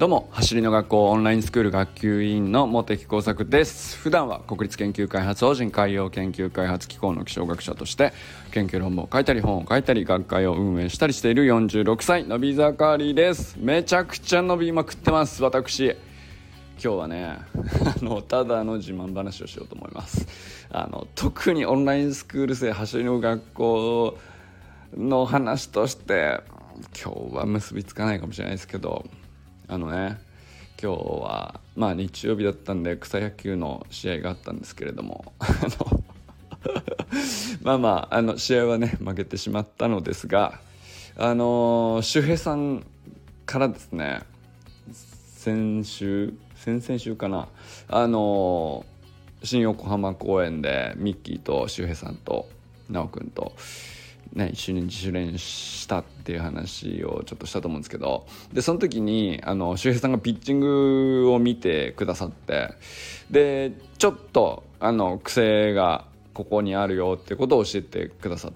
どうも、走りの学校オンラインスクール学級委員の茂木耕作です。普段は国立研究開発法人海洋研究開発機構の気象学者として研究論文を書いたり本を書いたり学会を運営したりしている46歳のび盛りです。めちゃくちゃ伸びまくってます。私今日はねただの自慢話をしようと思います。特にオンラインスクール生走りの学校の話として今日は結びつかないかもしれないですけど、今日は日曜日だったんで草野球の試合があったんですけれども試合はね負けてしまったのですが、周平さんからですね、先々週かな、新横浜公園でミッキーと周平さんと直くんと一緒に自主練したっていう話をちょっとしたと思うんですけど、でその時に周平さんがピッチングを見てくださって、でちょっと癖がここにあるよってことを教えてくださって、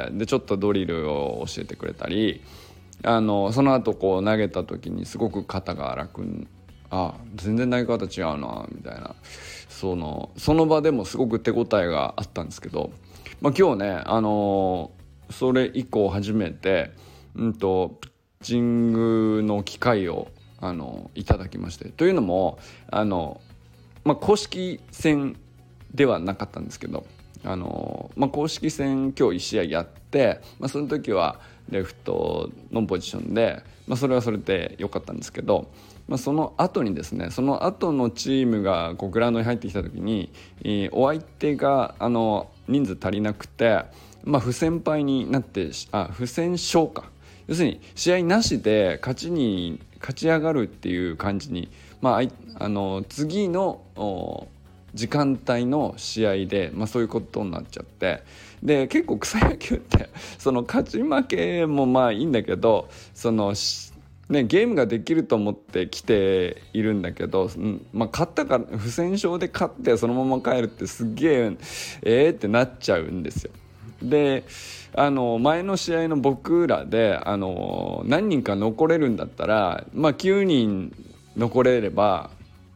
でちょっとドリルを教えてくれたり、その後こう投げた時にすごく肩が楽に、全然投げ方違うなみたいな、その場でもすごく手応えがあったんですけど、今日ねそれ以降初めてピッチングの機会をいただきまして、というのも公式戦ではなかったんですけど、公式戦今日1試合やって、その時はレフトのポジションで、それはそれで良かったんですけど、その後にですね、その後のチームがグラウンドに入ってきた時に、お相手が人数足りなくて、不戦敗になって不戦勝か、要するに試合なしで勝ち上がるっていう感じに、次の時間帯の試合で、そういうことになっちゃって、で結構草野球ってその勝ち負けもいいんだけど、ゲームができると思って来ているんだけど、勝ったから不戦勝で勝ってそのまま帰るってすげえってなっちゃうんですよ。で前の試合の僕らで何人か残れるんだったら、9人残れれば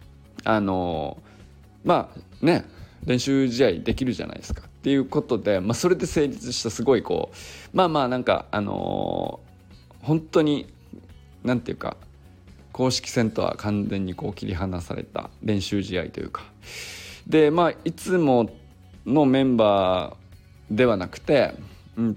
練習試合できるじゃないですかっていうことで、それで成立したすごい本当になんていうか公式戦とは完全に切り離された練習試合というかで、いつものメンバーではなくて、何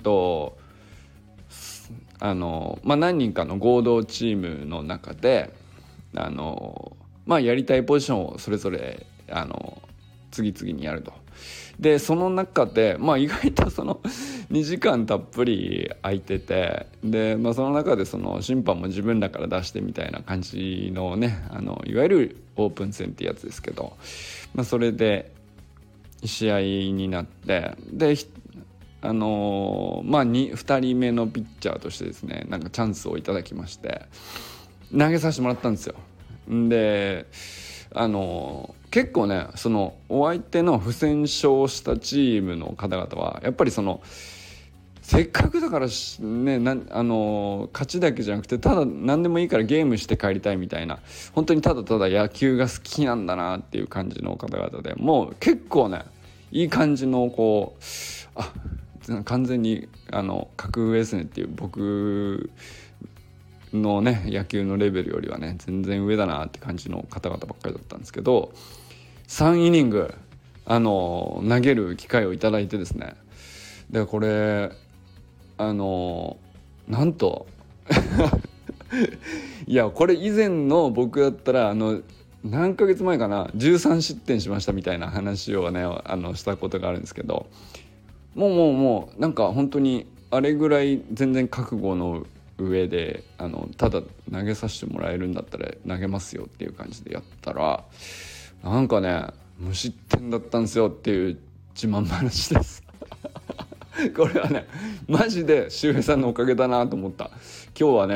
人かの合同チームの中でやりたいポジションをそれぞれ次々にやると。でその中で、意外とその2時間たっぷり空いてて、で、その中でその審判も自分らから出してみたいな感じのね、いわゆるオープン戦ってやつですけど、それで試合になって、で2人目のピッチャーとしてですね、チャンスをいただきまして投げさせてもらったんですよ。で結構ね、そのお相手の不戦勝したチームの方々はやっぱりせっかくだからね、勝ちだけじゃなくてただ何でもいいからゲームして帰りたいみたいな、本当にただただ野球が好きなんだなっていう感じの方々で、もう結構ねいい感じの完全に格上ですねっていう、僕のね野球のレベルよりはね全然上だなって感じの方々ばっかりだったんですけど、3イニング投げる機会をいただいてですね、でこれなんといやこれ以前の僕だったら何ヶ月前かな13失点しましたみたいな話をねしたことがあるんですけど、もう本当にあれぐらい全然覚悟の上でただ投げさせてもらえるんだったら投げますよっていう感じでやったら無失点だったんですよっていう自慢話ですこれはねマジで周平さんのおかげだなと思った。今日はね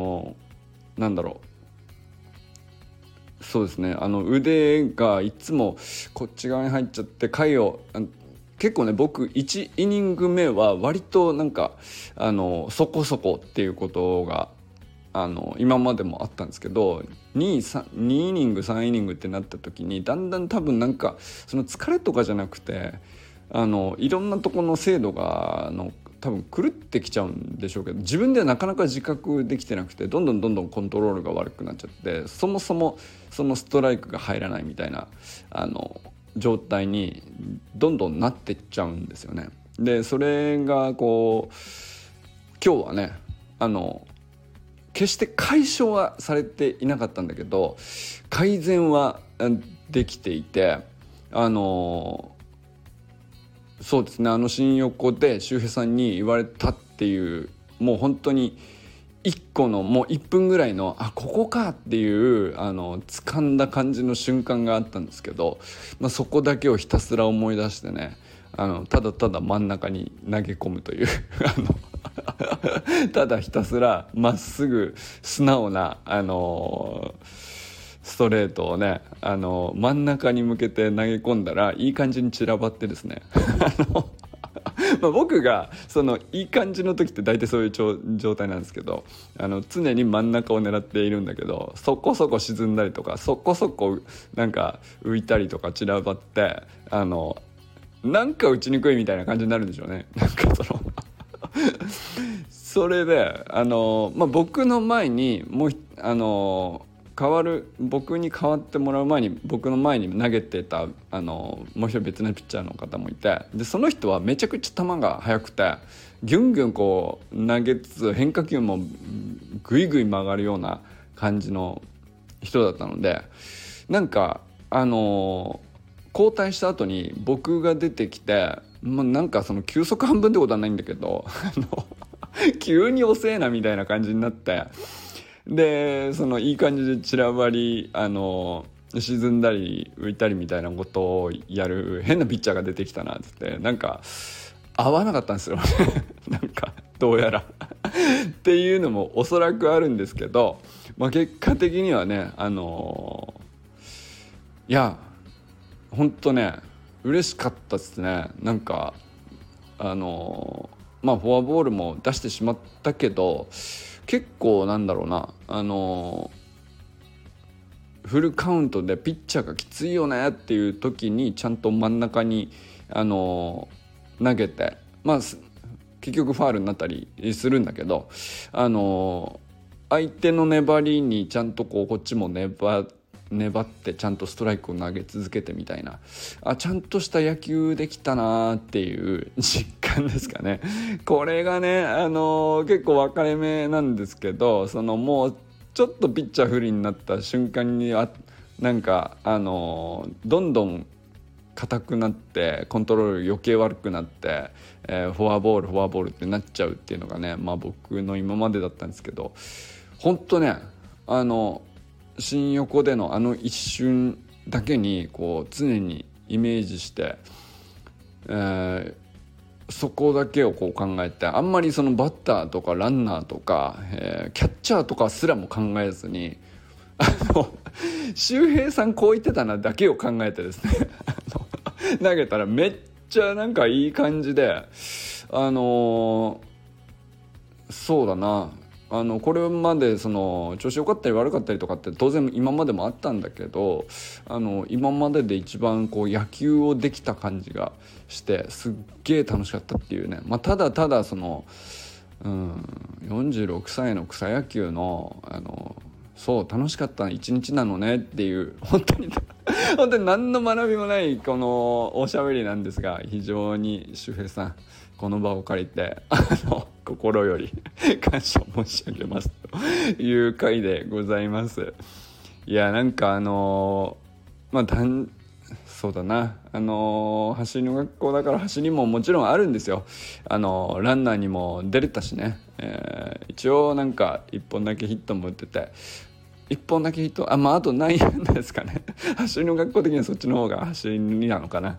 そうですね、腕がいつもこっち側に入っちゃって回を結構ね僕1イニング目は割とそこそこっていうことが今までもあったんですけど2イニング3イニングってなった時にだんだん多分なんかその疲れとかじゃなくていろんなところの精度が多分狂ってきちゃうんでしょうけど、自分ではなかなか自覚できてなくてどんどんコントロールが悪くなっちゃって、そもそもそのストライクが入らないみたいな状態にどんどんなってっちゃうんですよね。でそれがこう今日はね決して解消はされていなかったんだけど改善はできていてそうですね、新横で周平さんに言われたっていうもう本当に1個のもう1分ぐらいのここかっていう掴んだ感じの瞬間があったんですけど、そこだけをひたすら思い出してねただただ真ん中に投げ込むというただひたすらまっすぐ素直なストレートをね真ん中に向けて投げ込んだらいい感じに散らばってですね僕がそのいい感じの時って大体そういう状態なんですけど常に真ん中を狙っているんだけどそこそこ沈んだりとかそこそこなんか浮いたりとか散らばってなんか打ちにくいみたいな感じになるんでしょうね。なんかそれで僕の前にもう僕に代わってもらう前に僕の前に投げてたもう一人別のピッチャーの方もいて、でその人はめちゃくちゃ球が速くてギュンギュンこう投げつつ変化球もグイグイ曲がるような感じの人だったので、なんか交代した後に僕が出てきて、なんかその球速半分ってことはないんだけど急に遅えなみたいな感じになって、でそのいい感じで散らばり沈んだり浮いたりみたいなことをやる変なピッチャーが出てきたなってなんか合わなかったんですよなんかどうやらっていうのもおそらくあるんですけど、結果的にはねいやほんとね嬉しかったですね。なんかフォアボールも出してしまったけど結構なんだろうなフルカウントでピッチャーがきついよねっていう時にちゃんと真ん中に投げて結局ファールになったりするんだけど相手の粘りにちゃんとこっちも粘ってちゃんとストライクを投げ続けてみたいなちゃんとした野球できたなっていう実感ですかね。これがね結構分かれ目なんですけどもうちょっとピッチャー不利になった瞬間になんかどんどん硬くなってコントロール余計悪くなって、フォアボールってなっちゃうっていうのがね僕の今までだったんですけど、本当ね新横での一瞬だけに常にイメージして、そこだけを考えてあんまりそのバッターとかランナーとか、キャッチャーとかすらも考えずに周平さんこう言ってたなだけを考えてですね投げたらめっちゃなんかいい感じでそうだなこれまで調子良かったり悪かったりとかって当然今までもあったんだけど今までで一番野球をできた感じがしてすっげえ楽しかったっていうね、ただただ46歳の草野球のそう楽しかった一日なのねっていう本当に何の学びもないこのおしゃべりなんですが、非常に周平さんこの場を借りて心より感謝申し上げますという回でございます。いやなんかそうだな走りの学校だから走りももちろんあるんですよ。ランナーにも出れたしね、一応なんか1本だけヒットも打ってて1本だけヒットあとないんですかね走りの学校的にはそっちの方が走りなのかな。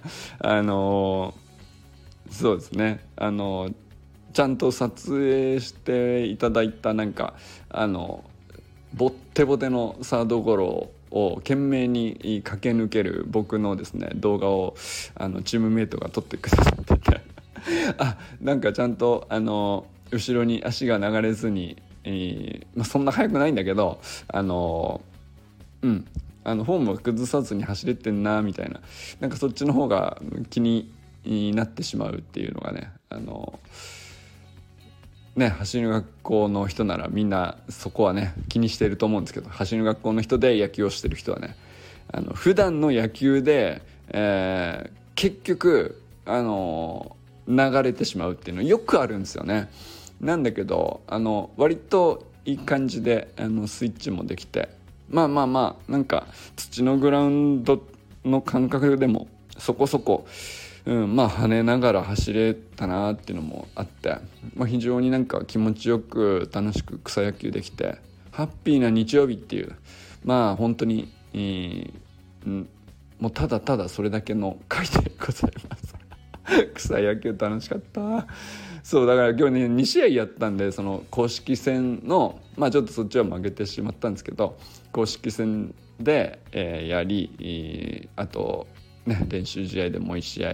そうですねちゃんと撮影していただいたなんかボッテボテのサードゴロを懸命に駆け抜ける僕のですね動画をチームメイトが撮ってくださっててなんかちゃんと後ろに足が流れずに、 そんな速くないんだけどフォームを崩さずに走れてんなみたいな、なんかそっちの方が気になってしまうっていうのがね、走る学校の人ならみんなそこはね気にしていると思うんですけど、走る学校の人で野球をしてる人はね、普段の野球で、結局流れてしまうっていうのよくあるんですよね。なんだけど割といい感じでスイッチもできて、なんか土のグラウンドの感覚でもそこそこ、跳ねながら走れたなっていうのもあって、非常になんか気持ちよく楽しく草野球できてハッピーな日曜日っていう、本当に、もうただただそれだけの回でございます草野球楽しかった。そうだから今日ね2試合やったんで、その公式戦のちょっとそっちは負けてしまったんですけど、公式戦で、やり、あとね練習試合でもう1試合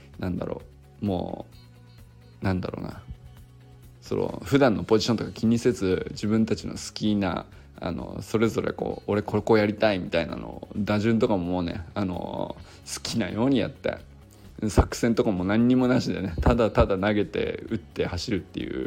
その普段のポジションとか気にせず自分たちの好きなそれぞれ俺ここやりたいみたいなの打順とかももうね好きなようにやって、作戦とかも何にもなしでねただただ投げて打って走るっていう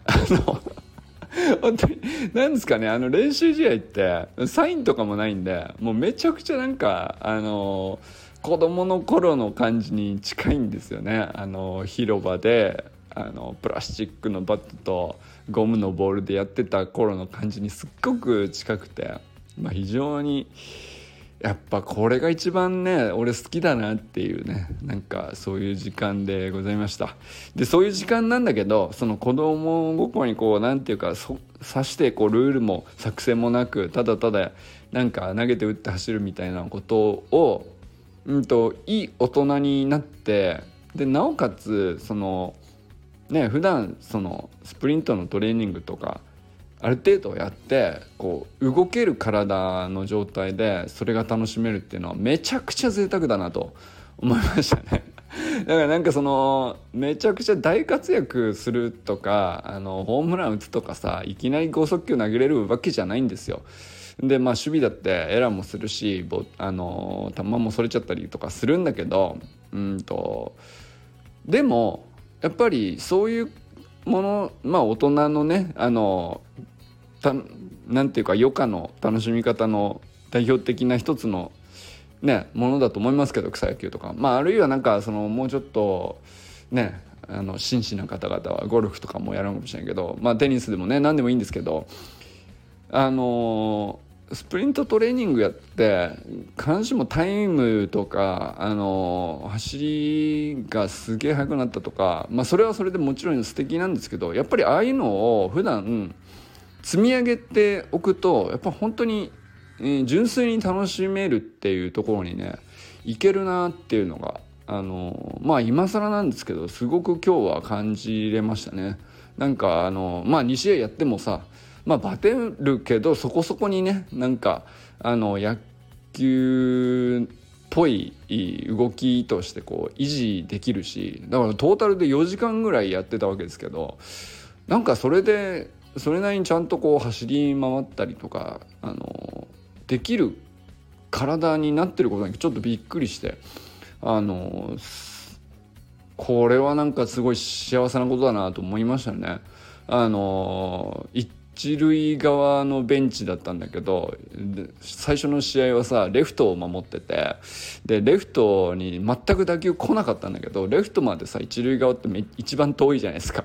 本当に何ですかね、練習試合ってサインとかもないんで、もうめちゃくちゃなんか子供の頃の感じに近いんですよね。広場でプラスチックのバットとゴムのボールでやってた頃の感じにすっごく近くて、非常にやっぱこれが一番ね俺好きだなっていうね、なんかそういう時間でございました。でそういう時間なんだけど、その子供心になんていうかさしてルールも作戦もなくただただなんか投げて打って走るみたいなことをいい大人になって、でなおかつ普段スプリントのトレーニングとかある程度やって動ける体の状態でそれが楽しめるっていうのはめちゃくちゃ贅沢だなと思いましたねだからなんかめちゃくちゃ大活躍するとかホームラン打つとかさ、いきなり剛速球投げれるわけじゃないんですよ。で守備だってエラーもするし球もそれちゃったりとかするんだけど、でもやっぱりそういうもの、大人のねなんていうか余暇の楽しみ方の代表的な一つのねものだと思いますけど、草野球とか、あるいはなんかもうちょっとね紳士な方々はゴルフとかもやるかもしれないけど、テニスでもね何でもいいんですけど、スプリントトレーニングやって必ずしもタイムとか走りがすげえ速くなったとか、それはそれでもちろん素敵なんですけど、やっぱりああいうのを普段積み上げておくとやっぱ本当に、純粋に楽しめるっていうところにねいけるなっていうのが今更なんですけどすごく今日は感じれましたね。なんか2試合やってもさバテるけどそこそこにねなんか野球っぽい動きとして維持できるし、だからトータルで4時間ぐらいやってたわけですけど、なんかそれなりにちゃんと走り回ったりとかできる体になってることにちょっとびっくりして、これはなんかすごい幸せなことだなと思いましたね。一塁側のベンチだったんだけど、最初の試合はさレフトを守ってて、でレフトに全く打球来なかったんだけど、レフトまでさ一塁側って一番遠いじゃないですか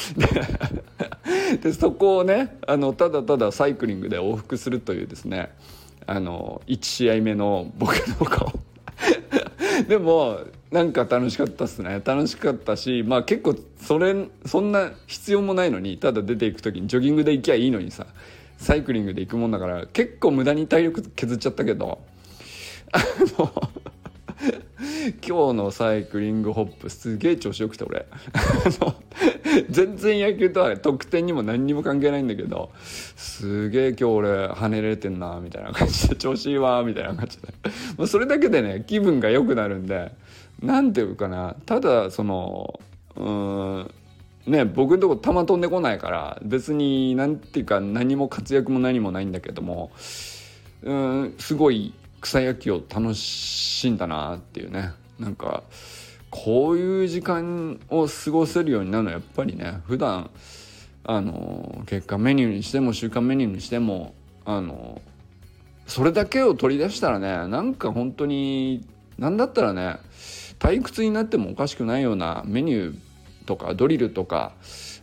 でそこをねただただサイクリングで往復するというですね1試合目の僕の顔でもなんか楽しかったっすね。楽しかったし、結構そんな必要もないのに、ただ出ていく時にジョギングで行きゃいいのにさ、サイクリングで行くもんだから結構無駄に体力削っちゃったけど今日のサイクリングホップすげえ調子よくて俺全然野球とは得点にも何にも関係ないんだけど、すげえ今日俺跳ねれてんなみたいな感じで調子いいわみたいな感じでそれだけでね気分が良くなるんで、なんていうかな、ただね、僕のとこ球飛んでこないから別になんていうか何も活躍も何もないんだけども、すごい草野球を楽しんだなっていうね。なんかこういう時間を過ごせるようになるのはやっぱりね、普段結果メニューにしても週間メニューにしてもそれだけを取り出したらね、なんか本当になんだったらね、退屈になってもおかしくないようなメニューとかドリルとか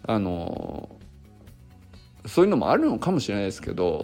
そういうのもあるのかもしれないですけど、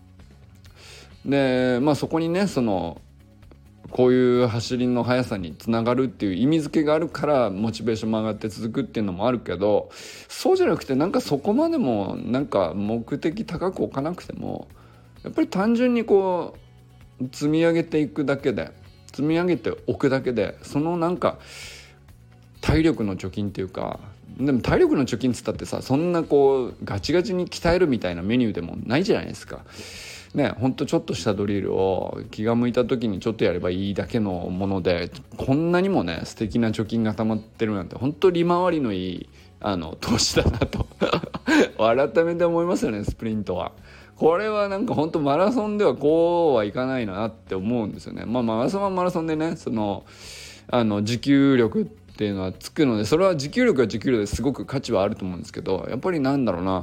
でそこにねこういう走りの速さにつながるっていう意味付けがあるからモチベーションも上がって続くっていうのもあるけど、そうじゃなくてなんかそこまでもなんか目的高く置かなくても、やっぱり単純にこう積み上げていくだけで、積み上げておくだけで、そのなんか体力の貯金っていうか、でも体力の貯金っつったってさ、そんなこうガチガチに鍛えるみたいなメニューでもないじゃないですかね。ほんとちょっとしたドリルを気が向いた時にちょっとやればいいだけのもので、こんなにもね素敵な貯金が溜まってるなんて本当利回りのいい投資だなと改めて思いますよね。スプリントはこれはなんか本当マラソンではこうはいかないなって思うんですよね。マラソンはマラソンでね、持久力っていうのはつくので、それは持久力は持久力ですごく価値はあると思うんですけど、やっぱりなんだろうな、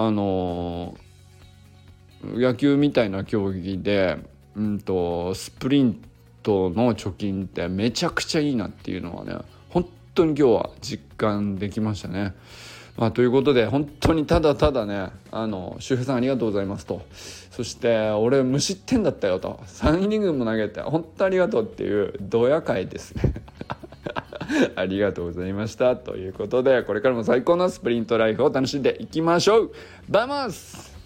野球みたいな競技でスプリントの貯金ってめちゃくちゃいいなっていうのはね、本当に今日は実感できましたね。ということで本当にただただね、周平さんありがとうございますと、そして俺無失点だったよと、3イニングも投げて本当ありがとうっていうドヤ会ですねありがとうございましたということで、これからも最高のスプリントライフを楽しんでいきましょう。バイバス。